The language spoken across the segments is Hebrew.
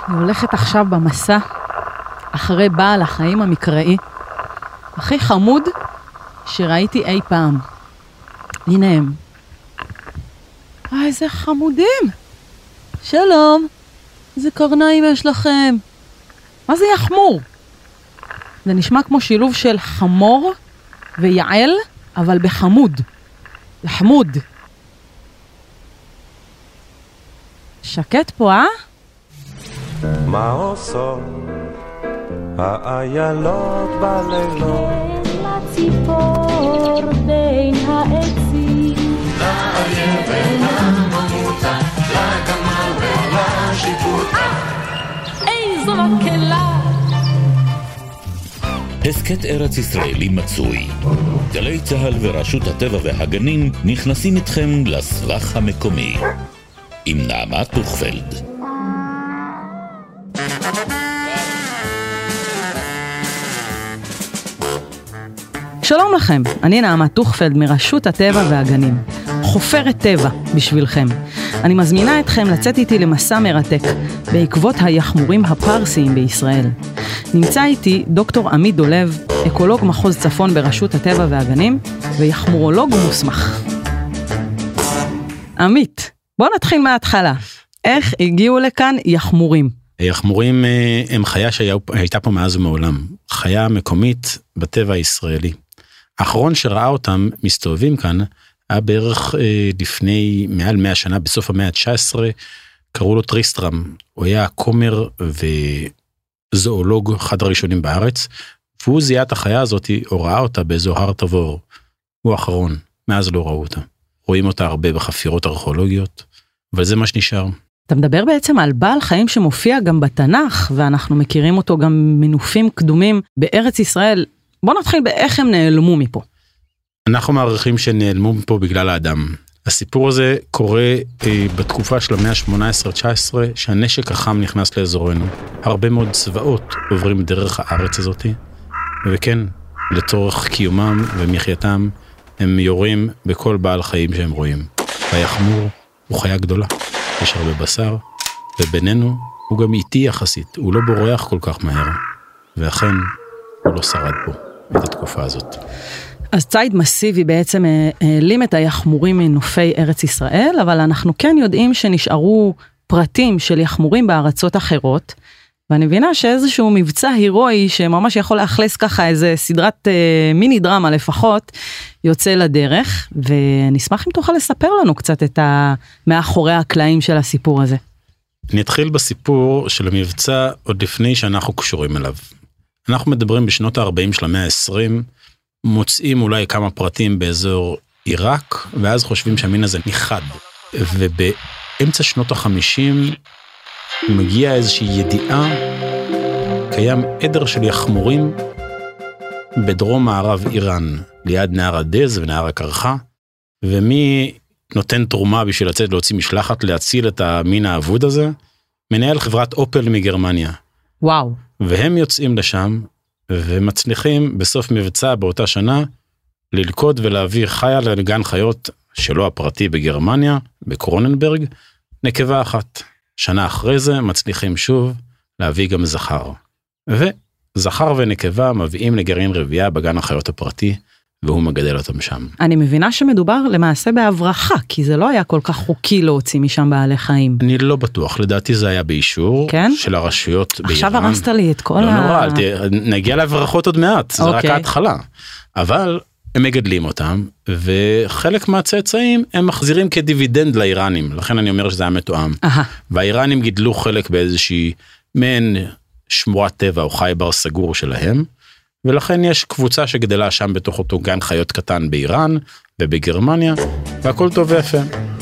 אני הולכת עכשיו במסע אחרי בעל החיים המקראי, הכי חמוד שראיתי אי פעם. הנה הם. איזה חמודים. שלום. איזה קרניים יש לכם. מה זה יחמור? זה נשמע כמו שילוב של חמור ויעל, אבל בחמוד. לחמוד. שקט פה, אה? מה עושות האיילות בלילות? לציפור בין העצים, לאריה ולממותה, לגמל ולשיפוטה. איזו מקהלה. הסקט ארץ ישראלי מצוי. גלי צהל ורשות הטבע והגנים נכנסים איתכם לסבך המקומי. עם נעמה טוכפלד. שלום לכם, אני נעמה טוכפלד מרשות הטבע והגנים. חופרת טבע בשבילכם. אני מזמינה אתכם לצאת איתי למסע מרתק בעקבות היחמורים הפרסיים בישראל. נמצא איתי דוקטור עמית דולב, אקולוג מחוז צפון ברשות הטבע והגנים ויחמורולוג מוסמך. עמית, בוא נתחיל מההתחלה. איך הגיעו לכאן יחמורים? יחמורים הם חיה שהייתה פה מאז ומעולם. חיה מקומית בטבע הישראלי. האחרון שראה אותם מסתובבים כאן, היה בערך לפני מעל 100 שנה, בסוף המאה ה-19, קראו לו טריסטרם. הוא היה כומר וזואולוג, אחד הראשונים בארץ, והוא זיהה את החיה הזאת, או ראה אותה באזור הר תבור. הוא האחרון, מאז לא ראו אותה. רואים אותה הרבה בחפירות ארכיאולוגיות, אבל זה מה שנשאר. אתה מדבר בעצם על בעל חיים שמופיע גם בתנ"ך, ואנחנו מכירים אותו גם מנופים קדומים בארץ ישראל. בוא נתחיל באיך הם נעלמו מפה. אנחנו מעריכים שנעלמו מפה בגלל האדם. הסיפור הזה קורה בתקופה של המאה ה-18-19, שהנשק החם נכנס לאזורנו. הרבה מאוד צבאות עוברים דרך הארץ הזאת, וכן, לצורך קיומם ומחייתם, הם יורים בכל בעל חיים שהם רואים. היחמור הוא חיה גדולה, יש הרבה בשר, ובינינו הוא גם איטי יחסית, הוא לא בורח כל כך מהר, ואכן הוא לא שרד פה את התקופה הזאת. אז ציד מסיבי בעצם העלים את היחמורים מנופי ארץ ישראל, אבל אנחנו כן יודעים שנשארו פרטים של יחמורים בארצות אחרות, ואני מבינה שאיזשהו מבצע הירואי שממש יכול להכלס ככה איזה סדרת מיני דרמה לפחות, יוצא לדרך, ונשמח אם תוכל לספר לנו קצת את מאחורי הקלעים של הסיפור הזה. אני אתחיל בסיפור של המבצע עוד לפני שאנחנו קשורים אליו. אנחנו מדברים בשנות ה-40 של המאה ה-20, מוצאים אולי כמה פרטים באזור עיראק, ואז חושבים שהמין הזה ניחד. ובאמצע שנות ה-50 מגיעה איזושהי ידיעה, קיים עדר של יחמורים בדרום מערב איראן, ליד נהר הדז ונהר הקרחה, ומי נותן תרומה בשביל לצאת להוציא משלחת להציל את המין האבוד הזה? מנהל חברת אופל מגרמניה. וואו. והם יוצאים לשם, ומצליחים בסוף מבצע באותה שנה, ללכוד ולהביא חיה לגן חיות שלו הפרטי בגרמניה, בקרוננברג, נקבה אחת. שנה אחרי זה מצליחים שוב להביא גם זכר. וזכר ונקבה מביאים לגרעין רבייה בגן החיות הפרטי, והוא מגדל אותם שם. אני מבינה שמדובר למעשה בהברחה, כי זה לא היה כל כך חוקי להוציא משם בעלי חיים. אני לא בטוח, לדעתי זה היה באישור של הרשויות באיראן. עכשיו הרסת לי את כל לא נורא, נגיע להברחות עוד מעט, זה רק ההתחלה. אבל הם מגדלים אותם, וחלק מהצאצאים הם מחזירים כדיבידנד לאיראנים, לכן אני אומר שזה היה מתואם. והאיראנים גידלו חלק באיזושהי מעין שמורת טבע או חי בר סגור שלהם, ולכן יש קבוצה שגדלה שם בתוך אותו גן חיות קטן באיראן ובגרמניה, והכל טוב ויפה.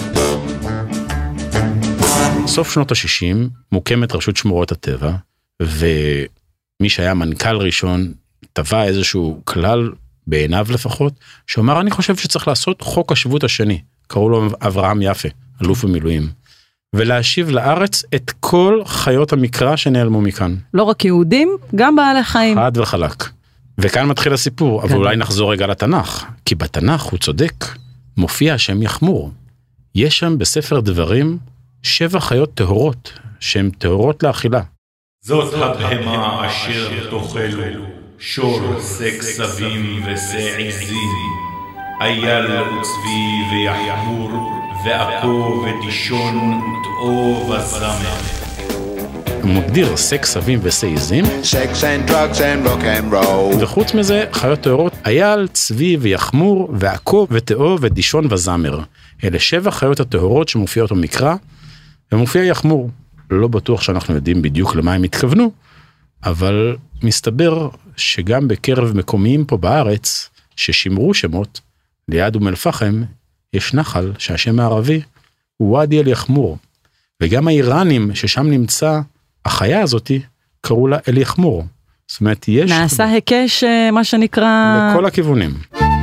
סוף שנות ה-60 מוקמת רשות שמורות הטבע, ומי שהיה מנכ"ל ראשון טבע איזשהו כלל, בעיניו לפחות, שאומר אני חושב שצריך לעשות חוק השבות השני, קראו לו אברהם יפה, אלוף המילואים, ולהשיב לארץ את כל חיות המקרא שנעלמו מכאן. לא רק יהודים, גם בעלי חיים. חד וחלק. וכאן מתחיל הסיפור, אבל אולי נחזור רגע לתנ"ך, כי בתנ"ך הוא צודק, מופיע השם יחמור. יש שם בספר דברים 7 חיות טהורות, שהן טהורות לאכילה. זאת הבהמה אשר תאכלו, שור שק סבים ושא עזים, אייל וצבי ויחמור, ועקו ודישון ותאו וזמר. הוא מגדיר שק סבים ושא עזים. Sex and drugs and rock and roll. וחוץ מזה, חיות טהורות, אייל, צבי ויחמור, ועקו ותאו ודישון וזמר. אלה 7 חיות הטהורות שמופיעות במקרא, ומופיע יחמור. לא בטוח שאנחנו יודעים בדיוק למה הם התכוונו, אבל מסתבר שגם בקרב מקומיים פה בארץ, ששימרו שמות, ליד אום אל-פחם, יש נחל שהשם הערבי הוא ואדי אל יחמור, וגם האיראנים ששם נמצא החיה הזאת, קראו לה אל יחמור. זאת אומרת, יש... נעשה היקש, מה שנקרא... לכל הכיוונים.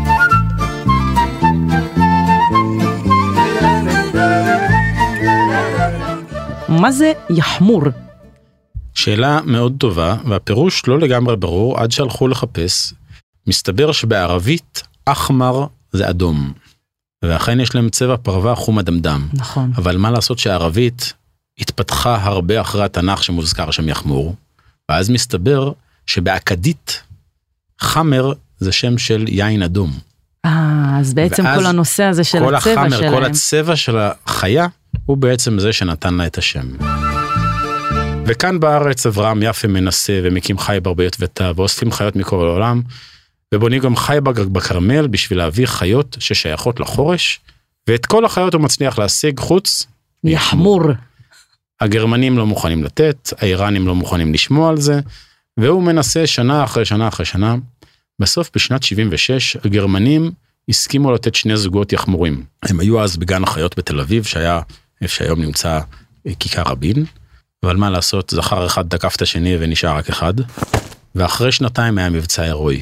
מה זה יחמור? שאלה מאוד טובה, והפירוש לא לגמרי ברור עד שהלכו לחפש. מסתבר שבערבית אחמר זה אדום, ואכן יש להם צבע פרווה חום אדמדם. נכון. אבל מה לעשות שהערבית התפתחה הרבה אחרי התנ"ך שמוזכר שם יחמור, ואז מסתבר שבאכדית חמר זה שם של יין אדום. אז בעצם כל הנושא הזה של כל הצבע החמר, שלהם. כל הצבע של החיה, הוא בעצם זה שנתן לה את השם. וכאן בארץ אברהם יפה מנסה ומקים חייבר ביוטבתה, ואוספים חיות מכל העולם, ובונים גם חייבר בקרמל בשביל להביא חיות ששייכות לחורש, ואת כל החיות הוא מצליח להשיג חוץ יחמור. הגרמנים לא מוכנים לתת, האיראנים לא מוכנים לשמוע על זה, והוא מנסה שנה אחרי שנה אחרי שנה. בסוף בשנת 76 הגרמנים הסכימו לתת 2 זוגות יחמורים. הם היו אז בגן החיות בתל אביב, שהיה איפה שהיום נמצא כיכר רבין, אבל מה לעשות, זכר אחד תקף את השני ונשאר רק אחד, ואחרי 2 היה מבצע הירואי.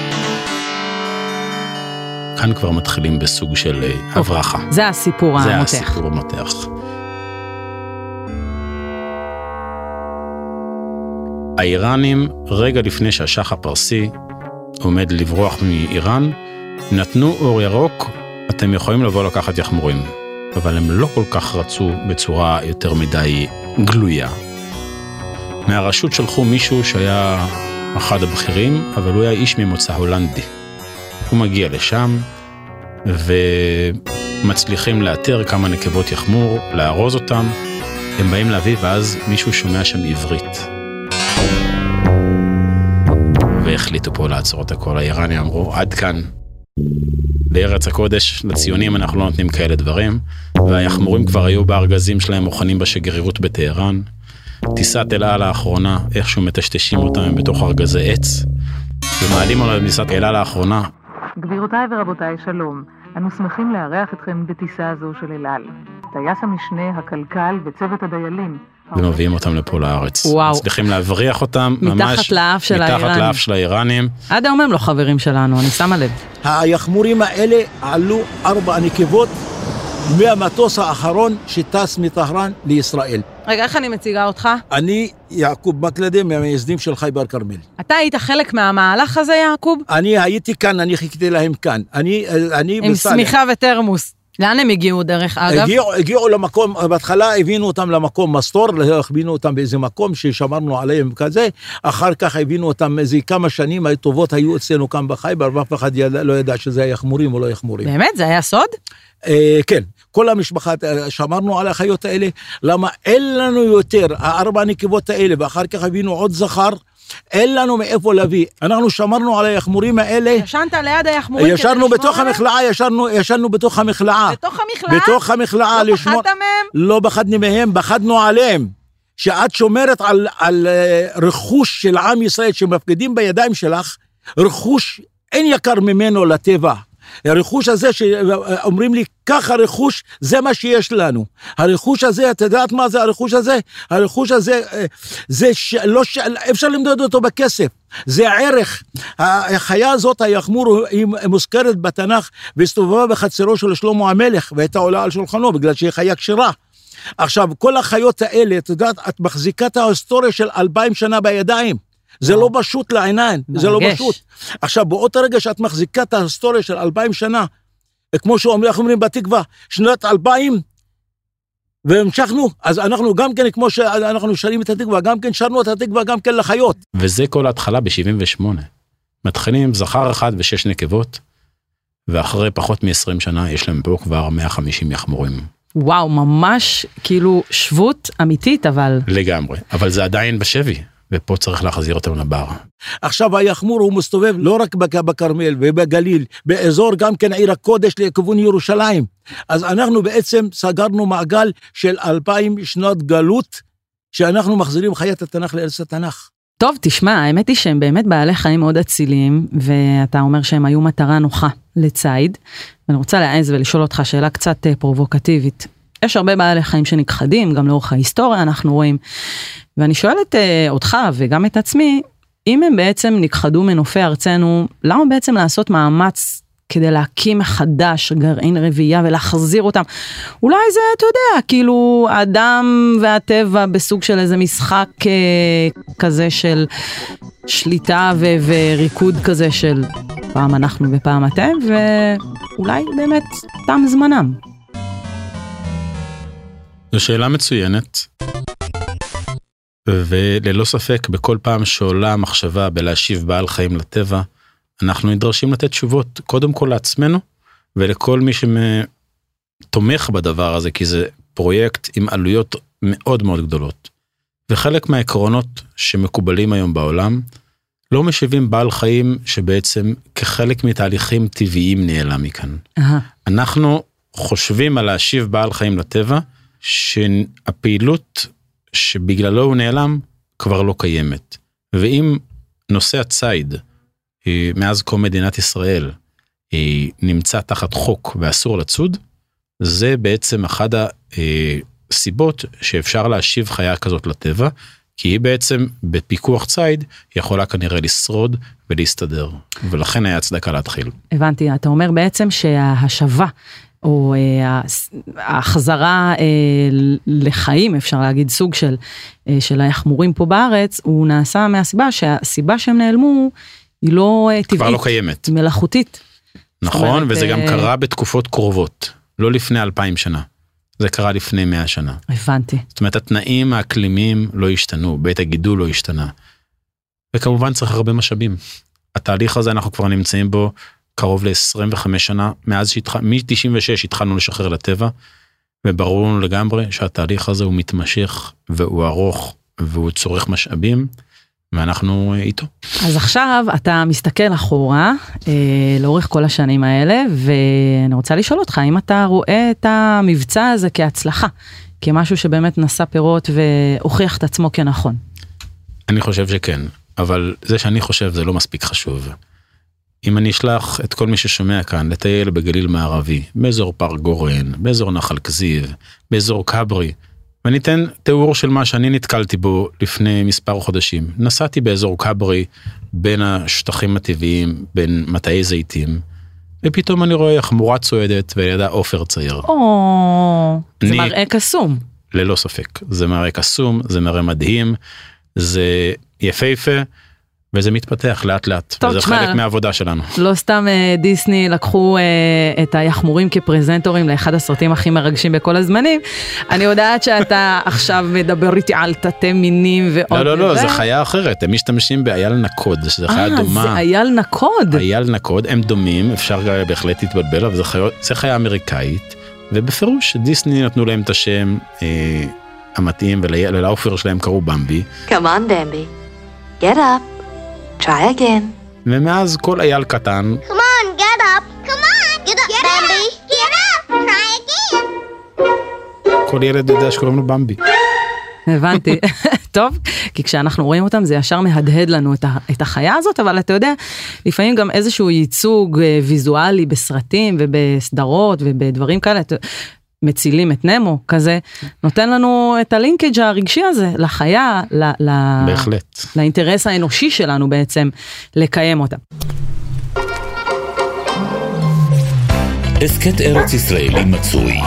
כאן כבר מתחילים בסוג של הברחה. זה הסיפור המותח. זה הסיפור המותח. האיראנים, רגע לפני שהשח הפרסי עומד לברוח מאיראן, נתנו אור ירוק, אתם יכולים לבוא לקחת יחמורים. אבל הם לא כל כך רצו בצורה יותר מדי גלויה. מהרשות שלחו מישהו שהיה אחד הבכירים, אבל הוא היה איש ממוצא הולנדי. הוא מגיע לשם, ומצליחים לאתר כמה נקבות יחמור, לארוז אותם, הם באים להביא, ואז מישהו שומע שם עברית. והחליטו פה לעצור את הכל. האיראנים אמרו, עד כאן. לארץ הקודש, לציונים אנחנו לא נותנים כאלה דברים, והיחמורים כבר היו בארגזים שלהם מוכנים בשגרירות בטהרן. טיסת אל על האחרונה, איכשהו מטשטשים אותם בתוך ארגזי עץ, ומעלים עליהם טיסת אל על האחרונה. גבירותיי ורבותיי, שלום. אנו שמחים לארח אתכם בטיסה הזו של אל על. טייס המשנה, הקלקל וצוות הדיילים. ומביאים אותם לפה לארץ. וואו. מצליחים להבריח אותם מתחת לאף של האיראנים. מתחת לאף של האיראנים. עד היום הם לא חברים שלנו, אני שמה לב. היחמורים האלה עלו 4 נקבות מהמטוס האחרון שטס מטהרן לישראל. רגע, איך אני מציגה אותך? אני יעקוב מקלדה, מהמייסדים של חייבר כרמל. אתה היית חלק מהמהלך הזה, יעקוב? אני הייתי כאן, אני חיכיתי להם כאן. עם סמיכה וטרמוס. לאן הם הגיעו דרך אגב? הגיעו למקום, בהתחלה הבינו אותם למקום מסתור, הבינו אותם באיזה מקום ששמרנו עליהם כזה, אחר כך הבינו אותם איזה כמה שנים טובות היו אצלנו כאן בחייבר, ואף אחד לא ידע שזה היה יחמורים או לא יחמורים. באמת? זה היה סוד? כן. כל המשפחה, שמרנו על החיות האלה, למה אין לנו יותר, 4 נקבות האלה, ואחר כך הבינו עוד זכר, אין לנו מאיפה להביא. אנחנו שמרנו על היחמורים האלה. ישנת ליד היחמורים? ישנו בתוך המכלאה, ישנו בתוך המכלאה. בתוך המכלאה? בתוך המכלאה. לא פחדת מהם? לא פחדנו מהם, פחדנו עליהם. שאת שומרת על רכוש של עם ישראל, שמפקדים בידיים שלך, רכוש אין יקר ממנו לטבע. הרכוש הזה שאומרים לי, ככה רכוש, זה מה שיש לנו. הרכוש הזה, אתה יודעת מה זה הרכוש הזה? הרכוש הזה, אפשר למדוד אותו בכסף. זה הערך. החיה הזאת, היחמור, היא מוזכרת בתנ"ך, והסתובבה בחצרו של שלמה המלך, והייתה עולה על שולחנו, בגלל שהיא חיה כשרה. עכשיו, כל החיות האלה, אתה יודעת, את מחזיקה את ההיסטוריה של 2000 שנה בידיים. זה לא פשוט לעיניים, זה לא פשוט. עכשיו, באותו רגע שאת מחזיקה את ההיסטוריה של 2000 שנה, כמו שאנחנו אומרים בתקווה, שנת 2000, והמשכנו, אז אנחנו גם כן, כמו שאנחנו שרים את התקווה, גם כן שרנו את התקווה, גם כן לחיות. וזה כל ההתחלה ב-78. מתחילים זכר אחד ו6 נקבות, ואחרי פחות מ-20 שנה יש להם פה כבר 150 יחמורים. וואו, ממש כאילו שבות אמיתית, אבל... לגמרי, אבל זה עדיין בשבי, ופה צריך להחזיר אותם לבר. עכשיו היחמור הוא מסתובב לא רק בכרמל ובגליל, באזור גם כן עיר הקודש לכיוון ירושלים. אז אנחנו בעצם סגרנו מעגל של 2000 שנות גלות, שאנחנו מחזירים חיית התנ"ך לארץ התנ"ך. טוב, תשמע, האמת היא שהם באמת בעלי חיים מאוד אציליים, ואתה אומר שהם היו מטרה נוחה לצייד, ואני רוצה להעז ולשאול אותך שאלה קצת פרובוקטיבית. יש הרבה בעלי חיים שנכחדים, גם לאורך ההיסטוריה אנחנו רואים, ואני שואלת אותך וגם את עצמי, אם הם בעצם נכחדו מנופי ארצנו, למה בעצם לעשות מאמץ כדי להקים מחדש גרעין רבייה ולהחזיר אותם? אולי זה, אתה יודע, כאילו האדם והטבע בסוג של איזה משחק כזה של שליטה וריקוד כזה של פעם אנחנו ופעם אתם, ואולי באמת תם זמנם. זו שאלה מצוינת, וללא ספק בכל פעם שעולה המחשבה בלהשיב בעל חיים לטבע, אנחנו נדרשים לתת תשובות קודם כל לעצמנו, ולכל מי שתומך בדבר הזה, כי זה פרויקט עם עלויות מאוד מאוד גדולות. וחלק מהעקרונות שמקובלים היום בעולם, לא משיבים בעל חיים שבעצם כחלק מתהליכים טבעיים נעלם מכאן. אנחנו חושבים על להשיב בעל חיים לטבע, שהפעילות שבגללו הוא נעלם כבר לא קיימת. ואם נושא הצייד, מאז קום מדינת ישראל, נמצא תחת חוק ואסור לצוד, זה בעצם אחד הסיבות שאפשר להשיב חיה כזאת לטבע, כי היא בעצם בפיקוח צייד יכולה כנראה לשרוד ולהסתדר, ולכן היה הצדקה להתחיל. הבנתי, אתה אומר בעצם שההשבה, או החזרה לחיים, אפשר להגיד סוג של היחמורים פה בארץ, הוא נעשה מהסיבה שהסיבה שהם נעלמו היא לא טבעית. כבר לא קיימת. היא מלאכותית. נכון, וזה גם קרה בתקופות קרובות, לא לפני 2000 שנה. זה קרה לפני 100 שנה. הבנתי. זאת אומרת, התנאים האקלימיים לא השתנו, בית הגידול לא השתנה. וכמובן צריך הרבה משאבים. התהליך הזה אנחנו כבר נמצאים בו קרוב ל-25 שנה, מ-96 התחלנו לשחרר לטבע, וברור לנו לגמרי שהתהליך הזה הוא מתמשך, והוא ארוך, והוא צורך משאבים, ואנחנו איתו. אז עכשיו אתה מסתכל אחורה, לאורך כל השנים האלה, ואני רוצה לשאול אותך, אם אתה רואה את המבצע הזה כהצלחה, כמשהו שבאמת נשא פירות והוכיח את עצמו כנכון? אני חושב שכן, אבל זה שאני חושב זה לא מספיק חשוב. אם אני אשלח את כל מי ששומע כאן לטייל בגליל מערבי, באזור פארק גורן, באזור נחל כזיב, באזור קברי, ואני אתן תיאור של מה שאני נתקלתי בו לפני מספר חודשים. נסעתי באזור קברי בין השטחים הטבעיים, בין מטעי זיתים, ופתאום אני רואה חמורה צועדת ולידה עופר צעיר. זה מראה קסום. ללא ספק. זה מראה קסום, זה מראה מדהים, זה יפהפה, וזה מתפתח לאט לאט, וזה חלק מהעבודה שלנו. לא סתם דיסני לקחו את היחמורים כפרזנטורים לאחד הסרטים הכי מרגשים בכל הזמנים, אני יודעת שאתה עכשיו מדבר איתי על תתי מינים ועוד... לא, זה חיה אחרת, הם משתמשים באייל נקוד, שזה חיה דומה. זה אייל נקוד? אייל נקוד, הם דומים, אפשר בהחלט להתבלבל, אבל זה חיה אמריקאית, ובפירוש דיסני נתנו להם את השם המתאים, ולאופר שלהם קראו במבי. Come on, Bambi. Get up. Try again. ומאז כל אייל קטן. Come on, get up. Come on, get up, Bambi. Get up. Try again. כל ילד יודע שקוראים לו במבי. הבנתי. טוב, כי כשאנחנו רואים אותם זה ישר מהדהד לנו את החיה הזאת, אבל אתה יודע, לפעמים גם איזשהו ייצוג ויזואלי בסרטים ובסדרות ובדברים כאלה, מצילים את נמו כזה, נותן לנו את הלינקג' הרגשי הזה לחיה, בהחלט. לאינטרס האנושי שלנו בעצם לקיים אותה. הסקט ארץ ישראלי מצוי.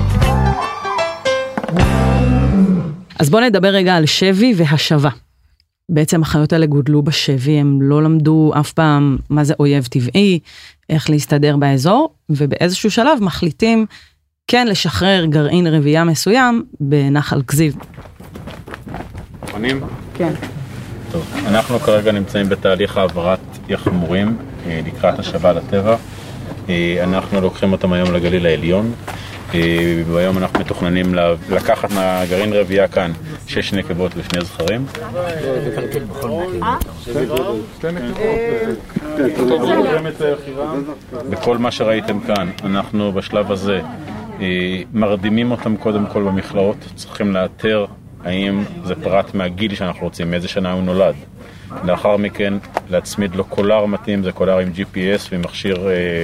אז בוא נדבר רגע על שבי והשבה. בעצם החיות האלה גודלו בשבי, הם לא למדו אף פעם מה זה אויב טבעי, איך להסתדר באזור, ובאיזשהו שלב מחליטים כן לשחרר גרעין רבייה מסוים בנחל כזיב. מוכנים? כן. טוב, אנחנו כרגע נמצאים בתהליך העברת יחמורים לקראת השבה לטבע. אנחנו לוקחים אותם היום לגליל העליון. והיום אנחנו מתוכננים לקחת מהגרעין רבייה כאן 6 נקבות ו2 זכרים. בכל מה שראיתם כאן, אנחנו בשלב הזה מרדימים אותם קודם כל במכלאות. צריכים לאתר האם זה פרט מהגיל שאנחנו רוצים, מאיזה שנה הוא נולד. לאחר מכן להצמיד לו קולר מתאים, זה קולר עם GPS ומכשיר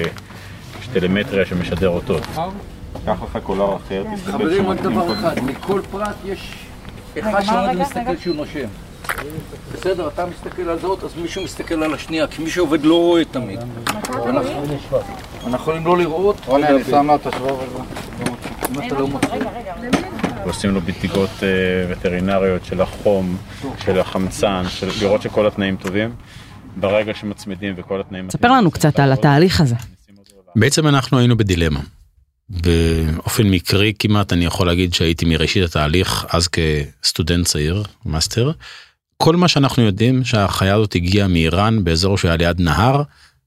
טלמטריה שמשדר אותות. קח לך קולר אחר, תסתכל חברים, עוד דבר אחד, מכל פרט יש אחד שעומד מסתכל שהוא נושם. בסדר, אתה מסתכל על זאת, אז מישהו מסתכל על השנייה, כי מי שעובד לא רואה תמיד. אנחנו יכולים לא לראות. אני שם לה את השבוב הזה. אם אתה לא מצליח. עושים לו בדיקות וטרינריות של החום, של החמצן, לראות שכל התנאים טובים. ברגע שמצמידים וכל התנאים... תספר לנו קצת על התהליך הזה. בעצם אנחנו היינו בדילמה. באופן מקרי כמעט אני יכול להגיד שהייתי מראשית התהליך אז כסטודנט צעיר, מאסטר. כל מה שאנחנו יודעים שהחיה הזאת הגיעה מאיראן באזור שהיה ליד נהר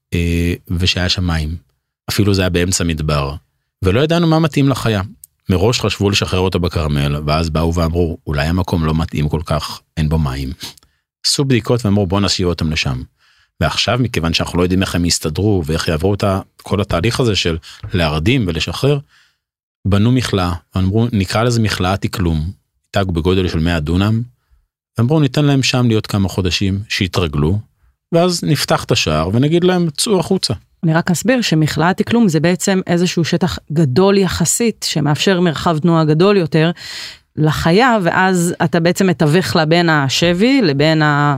ושהיה שם מים. אפילו זה היה באמצע מדבר. ולא ידענו מה מתאים לחיה. מראש חשבו לשחרר אותה בקרמל ואז באו ואמרו אולי המקום לא מתאים כל כך, אין בו מים. עשו בדיקות ואמרו בוא נשאיר אותם לשם. ועכשיו מכיוון שאנחנו לא יודעים איך הם יסתדרו ואיך יעברו את כל התהליך הזה של להרדים ולשחרר, בנו מכלאה, ואמרו נקרא לזה מכלאת כלום, תג בגודל של 100 דונם, ואמרו ניתן להם שם להיות כמה חודשים שיתרגלו, ואז נפתח את השער ונגיד להם צאו החוצה. אני רק אסביר שמכלאת כלום זה בעצם איזשהו שטח גדול יחסית, שמאפשר מרחב תנועה גדול יותר לחיה, ואז אתה בעצם מתווך לה בין השבי לבין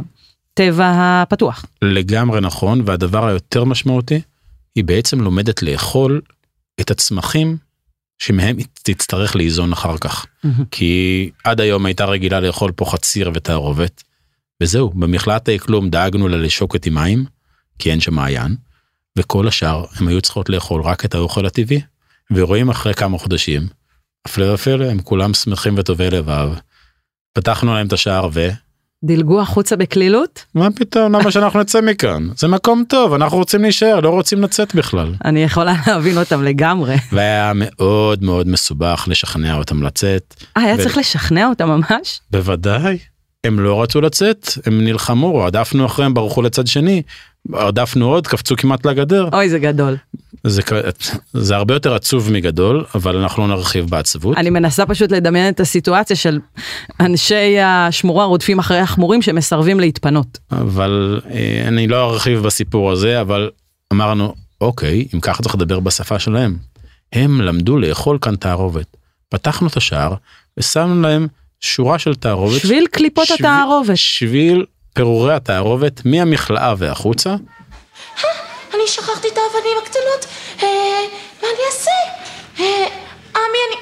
טבע הפתוח. לגמרי נכון, והדבר היותר משמעותי, היא בעצם לומדת לאכול את הצמחים שמהם תצטרך לאיזון אחר כך. כי עד היום הייתה רגילה לאכול פה חציר ותערובת, וזהו, במכלאת כלום דאגנו לה לשוקת עם מים, כי אין שם מעיין, וכל השאר הם היו צריכות לאכול רק את האוכל הטבעי, ורואים אחרי כמה חודשים, הפלא ופלא, הם כולם שמחים וטובי לבב, פתחנו להם את השער דילגו החוצה בכלילות? מה פתאום? למה שאנחנו נצא מכאן? זה מקום טוב, אנחנו רוצים להישאר, לא רוצים לצאת בכלל. אני יכולה להבין אותם לגמרי. והיה מאוד מאוד מסובך לשכנע אותם לצאת. היה צריך לשכנע אותם ממש? בוודאי. הם לא רצו לצאת, הם נלחמו, רדפנו אחריהם, ברחו לצד שני, רדפנו עוד, קפצו כמעט לגדר. אוי, זה גדול. זה הרבה יותר עצוב מגדול, אבל אנחנו לא נרחיב בעצבות. אני מנסה פשוט לדמיין את הסיטואציה של אנשי השמורה רודפים אחרי החמורים שמסרבים להתפנות. אבל אני לא ארחיב בסיפור הזה, אבל אמרנו, אוקיי, אם ככה צריך לדבר בשפה שלהם. הם למדו לאכול כאן תערובת. פתחנו את השער ושמנו להם שורה של תערובת. שביל קליפות התערובת. שביל פירורי התערובת מהמכלאה והחוצה. אני שכחתי את האבנים הקטנות. מה אני אעשה? מי אני?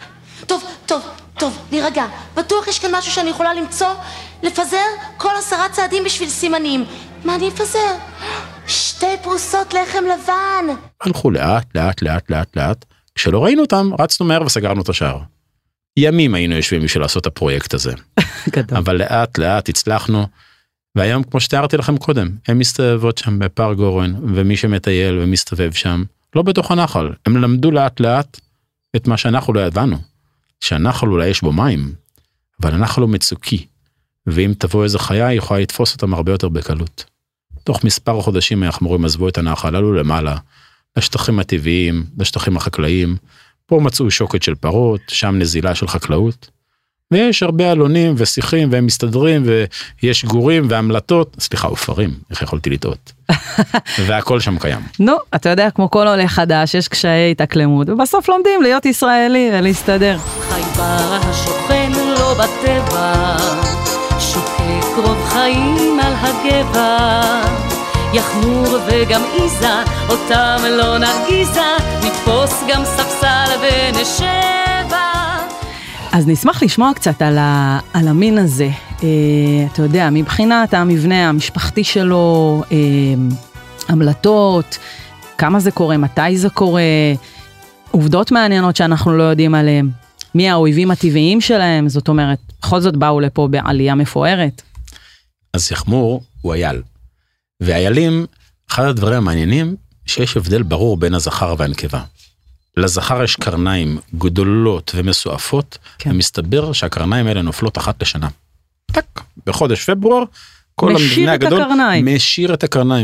טוב, להירגע. בטוח יש כאן משהו שאני יכולה למצוא. לפזר כל 10 צעדים בשביל סימנים. מה אני אפזר? 2 פרוסות לחם לבן. הלכו לאט. כשלא ראינו אותם, רצנו מהר וסגרנו את השער. ימים היינו יושבים בשביל לעשות את הפרויקט הזה. אבל לאט הצלחנו. והיום, כמו שתיארתי לכם קודם, הם מסתובבות שם בפארק גורן, ומי שמטייל ומסתובב שם, לא בתוך הנחל. הם למדו לאט את מה שאנחנו לא ידענו. שהנחל אולי יש בו מים, אבל הנחל הוא מצוקי. ואם תבוא איזו חיה, היא יכולה לתפוס אותם הרבה יותר בקלות. תוך מספר חודשים היחמורים עזבו את הנחל, עלו למעלה, לשטחים הטבעיים, לשטחים החקלאיים. פה מצאו שוקת של פרות, שם נזילה של חקלאות. ויש הרבה אלונים ושיחים והם מסתדרים ויש גורים והמלטות, סליחה, אופרים, איך יכולתי לטעות. והכל שם קיים. נו, אתה יודע, כמו כל עולה חדש, יש קשיי התאקלמות, ובסוף לומדים להיות ישראלי ולהסתדר. חי בר השוכן לא בטבע, שוחה קרוב חיים על הגבע, יחמור וגם איזה, אותם לא נרגיזה, נתפוס גם ספסל ונשבה. אז נשמח לשמוע קצת על המין הזה, אתה יודע, מבחינת המבנה המשפחתי שלו, המלטות, כמה זה קורה, מתי זה קורה, עובדות מעניינות שאנחנו לא יודעים עליהם. מי האויבים הטבעיים שלהם, זאת אומרת, בכל זאת באו לפה בעלייה מפוארת. אז יחמור הוא אייל. ואיילים, אחד הדברים המעניינים, שיש הבדל ברור בין הזכר והנקבה. לזכר יש קרניים גדולות ומסועפות, כן. ומסתבר שהקרניים האלה נופלות אחת לשנה. טק, בחודש פברואר, כל המבנה הגדול משאיר את הקרניים.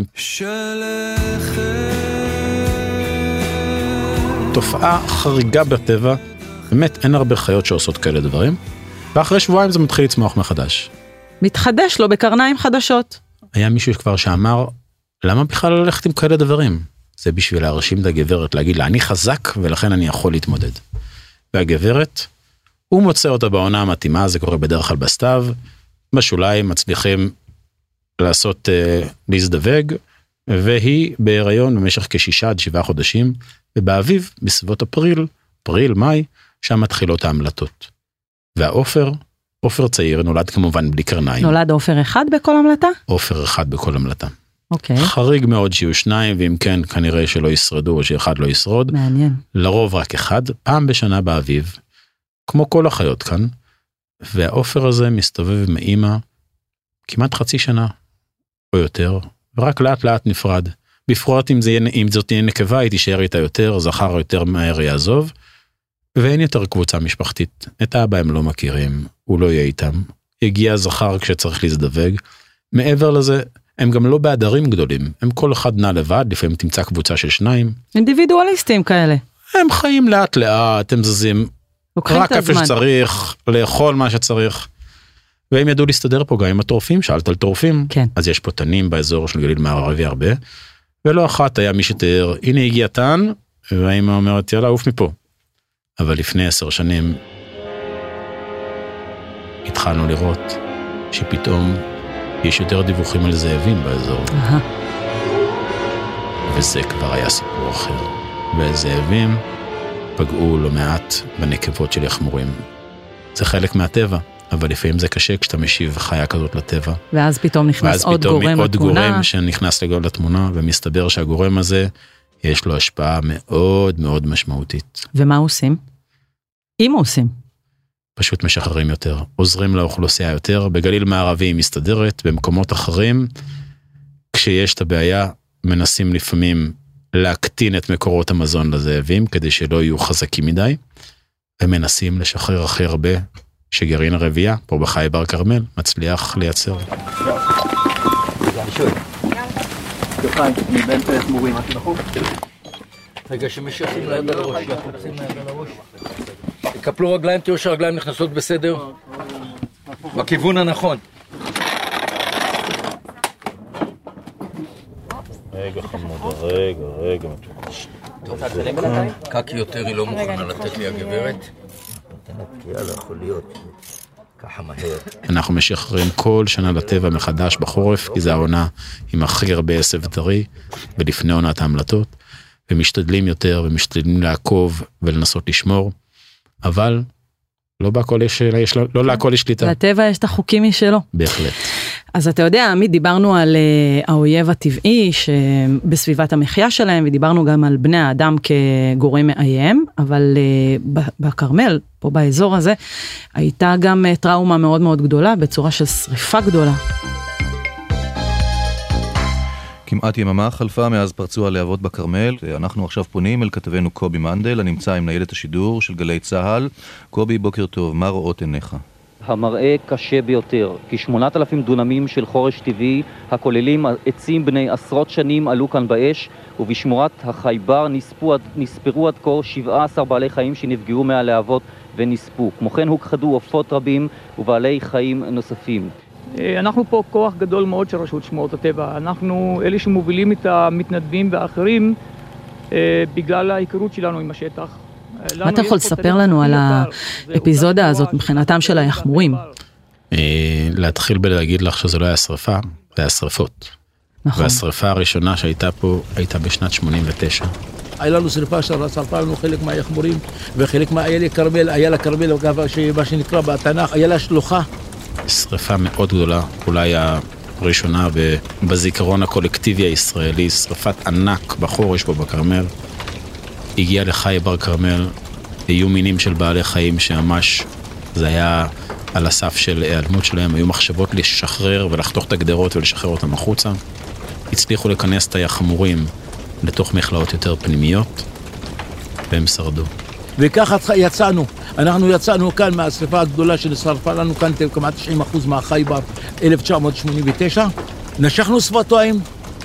תופעה חריגה בטבע, באמת אין הרבה חיות שעושות כאלה דברים, ואחרי שבועיים זה מתחיל לצמוח מחדש. מתחדש לו בקרניים חדשות. היה מישהו כבר שאמר, למה בכלל ללכת עם כאלה דברים? זה בשביל להרשים את הגברת, להגיד לה, אני חזק ולכן אני יכול להתמודד. והגברת, הוא מוצא אותה בעונה המתאימה, זה קורה בדרך כלל בסתיו, בשוליים מצליחים לעשות, להזדווג, והיא בהיריון במשך כ6 עד 7 חודשים, ובאביב, בסביבות אפריל, מאי, שם מתחילות ההמלטות. והאופר, אופר צעיר, נולד כמובן בלי קרניים. נולד אופר אחד בכל המלטה? אופר אחד בכל המלטה. אוקיי. חריג מאוד שיהיו 2, ואם כן, כנראה שלא ישרדו, או שאחד לא ישרוד. מעניין. לרוב רק אחד, פעם בשנה באביב, כמו כל החיות כאן, והאופר הזה מסתובב עם האמא, כמעט חצי שנה, או יותר, ורק לאט לאט נפרד. בפרט אם זאת תהיה נקבה, היא תישאר איתה יותר, זכר יותר מהר יעזוב, ואין יותר קבוצה משפחתית. את האבא הם לא מכירים, הוא לא יהיה איתם. הגיע זכר כשצריך להזדווג. מעבר לזה, הם גם לא בעדרים גדולים. הם כל אחד נע לבד, לפעמים תמצא קבוצה של 2. אינדיבידואליסטים כאלה. הם חיים לאט לאט, הם זזים רק איפה שצריך, לאכול מה שצריך. והם ידעו להסתדר פה גם עם הטורפים, שאלת על טורפים. כן. אז יש פה תנים באזור של גליל מערבי הרבה. ולא אחת היה מי שתיאר, הנה הגיע תן, והאמא אומרת, יאללה, עוף מפה. אבל לפני 10 שנים, התחלנו לראות שפתאום יש יותר דיווחים על זאבים באזור. וזה כבר היה סיפור אחר. והזאבים פגעו לא מעט בנקבות של יחמורים. זה חלק מהטבע, אבל לפעמים זה קשה כשאתה משיב חיה כזאת לטבע. ואז פתאום נכנס עוד גורם לתמונה. עוד גורם שנכנס לתמונה, ומסתבר שהגורם הזה, יש לו השפעה מאוד מאוד משמעותית. ומה עושים? אם עושים? פשוט משחררים יותר, עוזרים לאוכלוסייה יותר, בגליל מערבי היא מסתדרת, במקומות אחרים, כשיש את הבעיה, מנסים לפעמים להקטין את מקורות המזון לזאבים, כדי שלא יהיו חזקים מדי, ומנסים לשחרר הכי הרבה, שגרעין הרבייה, פה בחי בר כרמל, מצליח לייצר. רגע שמשכים ליד על הראש, יחוצים ליד על הראש. תקפלו רגליים, תראו שהרגליים נכנסות בסדר. בכיוון הנכון. רגע חמוד, רגע. קקי יותר היא לא מוכנה לתת לי הגברת. יאללה, יכול להיות. ככה מהר. אנחנו משחררים כל שנה לטבע מחדש בחורף, כי זה העונה עם הכי הרבה עשב טרי, ולפני עונת ההמלטות, ומשתדלים יותר, ומשתדלים לעקוב ולנסות לשמור, אבל לא להכל יש שליטה. לטבע יש את החוקים משלו. בהחלט. אז אתה יודע, עמית, דיברנו על האויב הטבעי שבסביבת המחיה שלהם, ודיברנו גם על בני האדם כגורם מאיים, אבל בכרמל, פה באזור הזה, הייתה גם טראומה מאוד מאוד גדולה, בצורה של שריפה גדולה. כמעט יממה חלפה מאז פרצו הלהבות בכרמל. אנחנו עכשיו פונים אל כתבנו קובי מנדל, הנמצא עם ניידת השידור של גלי צהל. קובי, בוקר טוב, מה רואות עיניך? המראה קשה ביותר, כי 8,000 דונמים של חורש טבעי, הכוללים עצים בני עשרות שנים, עלו כאן באש, ובשמורת החייבר נספרו עד כה 17 בעלי חיים שנפגעו מהלהבות ונספו. כמו כן הוכחדו עופות רבים ובעלי חיים נוספים. אנחנו פה כוח גדול מאוד של רשות שמורות הטבע. אנחנו אלה שמובילים את המתנדבים והאחרים בגלל ההיכרות שלנו עם השטח. מה אתה יכול לספר לנו על האפיזודה הזאת מבחינתם של היחמורים? להתחיל בלהגיד לך שזה לא היה שריפה, זה היה שריפות. נכון. והשריפה הראשונה שהייתה פה הייתה בשנת 89. היה לנו שריפה ששרפה לנו חלק מהיחמורים, וחלק מהאיילי כרמל, איילה כרמל, מה שנקרא בתנ"ך, איילה שלוחה. שריפה מאוד גדולה, אולי הראשונה בזיכרון הקולקטיבי הישראלי, שריפת ענק בחורש פה בכרמל. הגיע לחייבר כרמל, היו מינים של בעלי חיים שממש, זה היה על הסף של העלמות שלהם, היו מחשבות לשחרר ולחתוך את הגדרות ולשחרר אותם החוצה. הצליחו לכנס את היחמורים לתוך מכלאות יותר פנימיות, והם שרדו. וככה יצאנו, אנחנו יצאנו כאן מהשריפה הגדולה שנשרפה לנו כאן כמעט 90% מהחייבר 1989, נשכנו שפתיים.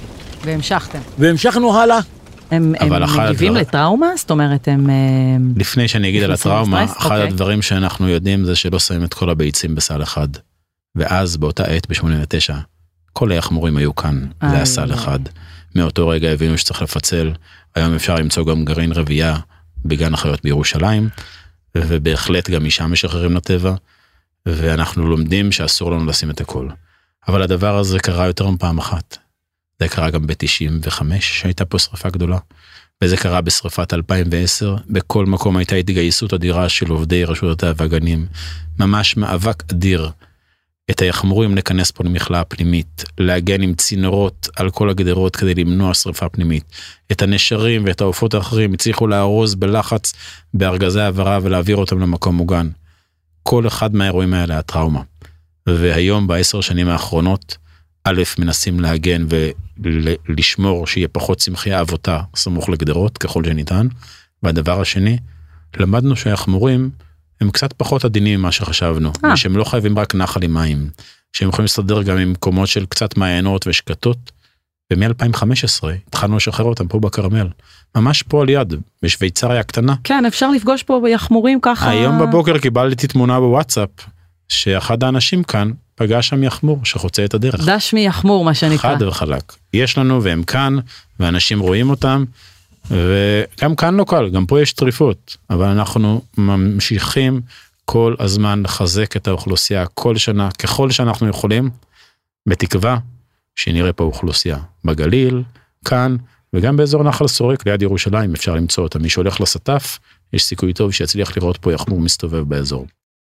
והמשכנו הלאה. הם מגיבים לטראומה? זאת אומרת, הם... לפני שאני אגיד על הטראומה, אחד הדברים שאנחנו יודעים זה שלא שמים את כל הביצים בסל אחד. ואז באותה עת ב-89, כל היחמורים היו כאן, זה היה סל אחד. מאותו רגע הבינו שצריך לפצל, היום אפשר למצוא גם גרעין רבייה בגן החיות בירושלים, ובהחלט גם משם משחררים לטבע, ואנחנו לומדים שאסור לנו לשים את הכל. אבל הדבר הזה קרה יותר מפעם אחת. זה קרה גם ב-95, שהייתה פה שריפה גדולה, וזה קרה בשריפת 2010, בכל מקום הייתה התגייסות אדירה של עובדי רשות הטבע והגנים, ממש מאבק אדיר, את היחמורים לכנס פה למכלאה פנימית, להגן עם צינורות על כל הגדרות כדי למנוע שריפה פנימית, את הנשרים ואת העופות האחרים הצליחו לארוז בלחץ בארגזי העברה ולהעביר אותם למקום מוגן. כל אחד מהאירועים האלה היה טראומה, והיום ב10 שנים האחרונות, א' מנסים להגן ולשמור שיהיה פחות צמחייה אבותה סמוך לגדרות ככל שניתן, והדבר השני, למדנו שהיחמורים הם קצת פחות עדינים ממה שחשבנו, שהם לא חייבים רק נחל עם מים, שהם יכולים להסתדר גם עם מקומות של קצת מעיינות ושקטות, ומ-2015 התחלנו לשחרר אותם פה בכרמל, ממש פה על יד, בשוויצריה הקטנה. כן, אפשר לפגוש פה ביחמורים ככה. היום בבוקר קיבלתי תמונה בוואטסאפ, שאחד האנשים כאן פגש שם יחמור שחוצה את הדרך. דש מיחמור, מה שנקרא. חד וחלק. יש לנו והם כאן, ואנשים רואים אותם, וגם כאן לא קל, גם פה יש טריפות, אבל אנחנו ממשיכים כל הזמן לחזק את האוכלוסייה כל שנה, ככל שאנחנו יכולים, בתקווה שנראה פה אוכלוסייה. בגליל, כאן, וגם באזור נחל סורק, ליד ירושלים, אפשר למצוא אותה. מי שהולך לסטף, יש סיכוי טוב שיצליח לראות פה יחמור מסתובב באזור.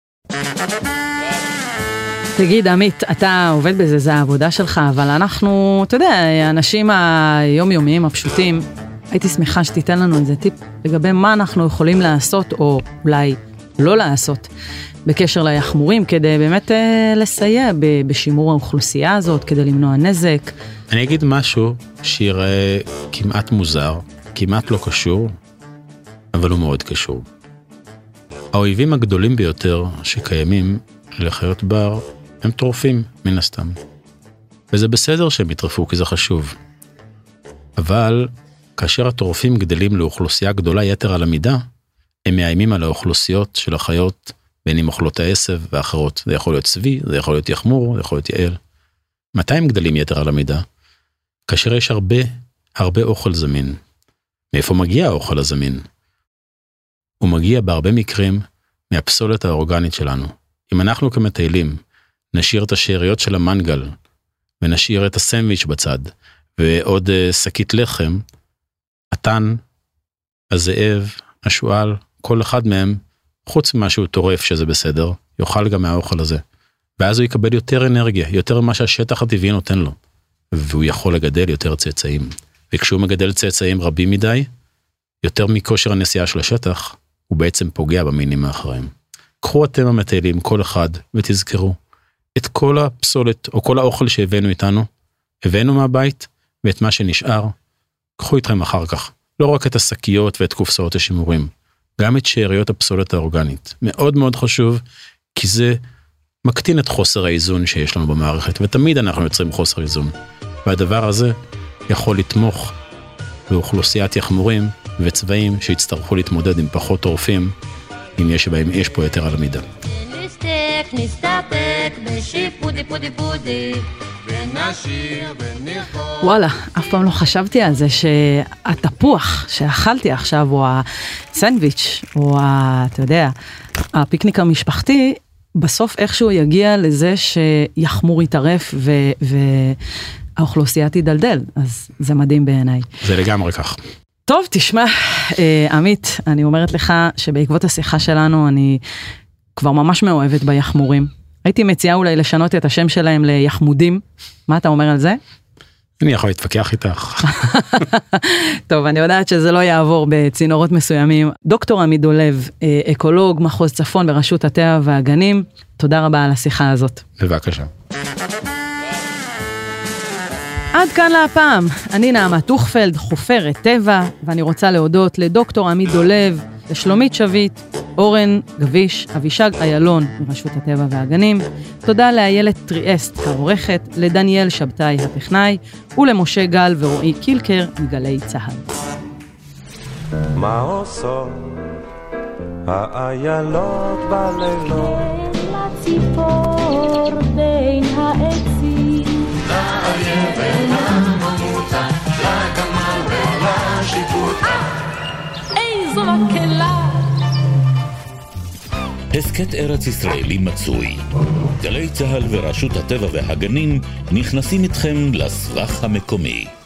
תגיד, עמית, אתה עובד בזה, זה העבודה שלך, אבל אנחנו, אתה יודע, האנשים היומיומיים הפשוטים, הייתי שמחה שתיתן לנו איזה טיפ לגבי מה אנחנו יכולים לעשות, או אולי לא לעשות, בקשר ליחמורים, כדי באמת לסייע בשימור האוכלוסייה הזאת, כדי למנוע נזק. אני אגיד משהו שיראה כמעט מוזר, כמעט לא קשור, אבל הוא מאוד קשור. האויבים הגדולים ביותר שקיימים לחיות בר, הם טורפים מן הסתם. וזה בסדר שהם יטרפו, כי זה חשוב. אבל כאשר הטורפים גדלים לאוכלוסייה גדולה יתר על המידה, הם מאיימים על האוכלוסיות של החיות, בין עם אוכלות העשב ואחרות. זה יכול להיות צבי, זה יכול להיות יחמור, זה יכול להיות יעל. מתי הם גדלים יתר על המידה? כאשר יש הרבה אוכל זמין. מאיפה מגיע האוכל הזמין? הוא מגיע בהרבה מקרים מהפסולת האורגנית שלנו. אם אנחנו כמטיילים נשאיר את השאריות של המנגל, ונשאיר את הסנדוויץ' בצד, ועוד שקית לחם, התן, הזאב, השואל, כל אחד מהם, חוץ משהו טורף שזה בסדר, יאכל גם מהאוכל הזה. ואז הוא יקבל יותר אנרגיה, יותר ממה שהשטח הטבעי נותן לו. והוא יכול לגדל יותר צאצאים. וכשהוא מגדל צאצאים רבים מדי, יותר מכושר הנסיעה של השטח, הוא בעצם פוגע במינים האחרים. קחו אתם המטיילים, כל אחד, ותזכרו, את כל הפסולת, או כל האוכל שהבאנו איתנו, הבאנו מהבית, ואת מה שנשאר, קחו איתכם אחר כך. לא רק את השקיות ואת קופסאות השימורים, גם את שאריות הפסולת האורגנית. מאוד מאוד חשוב, כי זה מקטין את חוסר האיזון שיש לנו במערכת, ותמיד אנחנו יוצרים חוסר איזון. והדבר הזה יכול לתמוך באוכלוסיית יחמורים וצבעים שיצטרכו להתמודד עם פחות טורפים, אם יש בהם יש פה יותר על המידה. וואלה, אף פעם לא חשבתי על זה שהתפוח שאכלתי עכשיו, או הסנדוויץ', או אתה יודע, הפיקניק המשפחתי, בסוף איכשהו יגיע לזה שיחמור יתערף והאוכלוסייה תדלדל, אז זה מדהים בעיניי. זה לגמרי כך. טוב, תשמע, עמית, אני אומרת לך שבעקבות השיחה שלנו אני כבר ממש מאוהבת ביחמורים. הייתי מציעה אולי לשנות את השם שלהם ליחמודים. מה אתה אומר על זה? אני יכול להתווכח איתך. טוב, אני יודעת שזה לא יעבור בצינורות מסוימים. דוקטור עמית דולב, אקולוג מחוז צפון ברשות הטבע והגנים, תודה רבה על השיחה הזאת. בבקשה. עד כאן להפעם. אני נעמת אוכפלד, חופרת טבע, ואני רוצה להודות לדוקטור עמית דולב, לשלומית שביט, אורן גביש, אבישג איילון מרשות הטבע והגנים. תודה לאיילת טריאסט העורכת, לדניאל שבתאי הטכנאי, ולמשה גל ורועי קילקר מגלי צהל. מה עושות האיילות בלילות? לציפור בין העצים, לאריה ולממותה, לגמל ולשיפוטה. איזו מקהלה. הסקט ארץ ישראלי מצוי. גלי צהל ורשות הטבע והגנים נכנסים איתכם לסבך המקומי.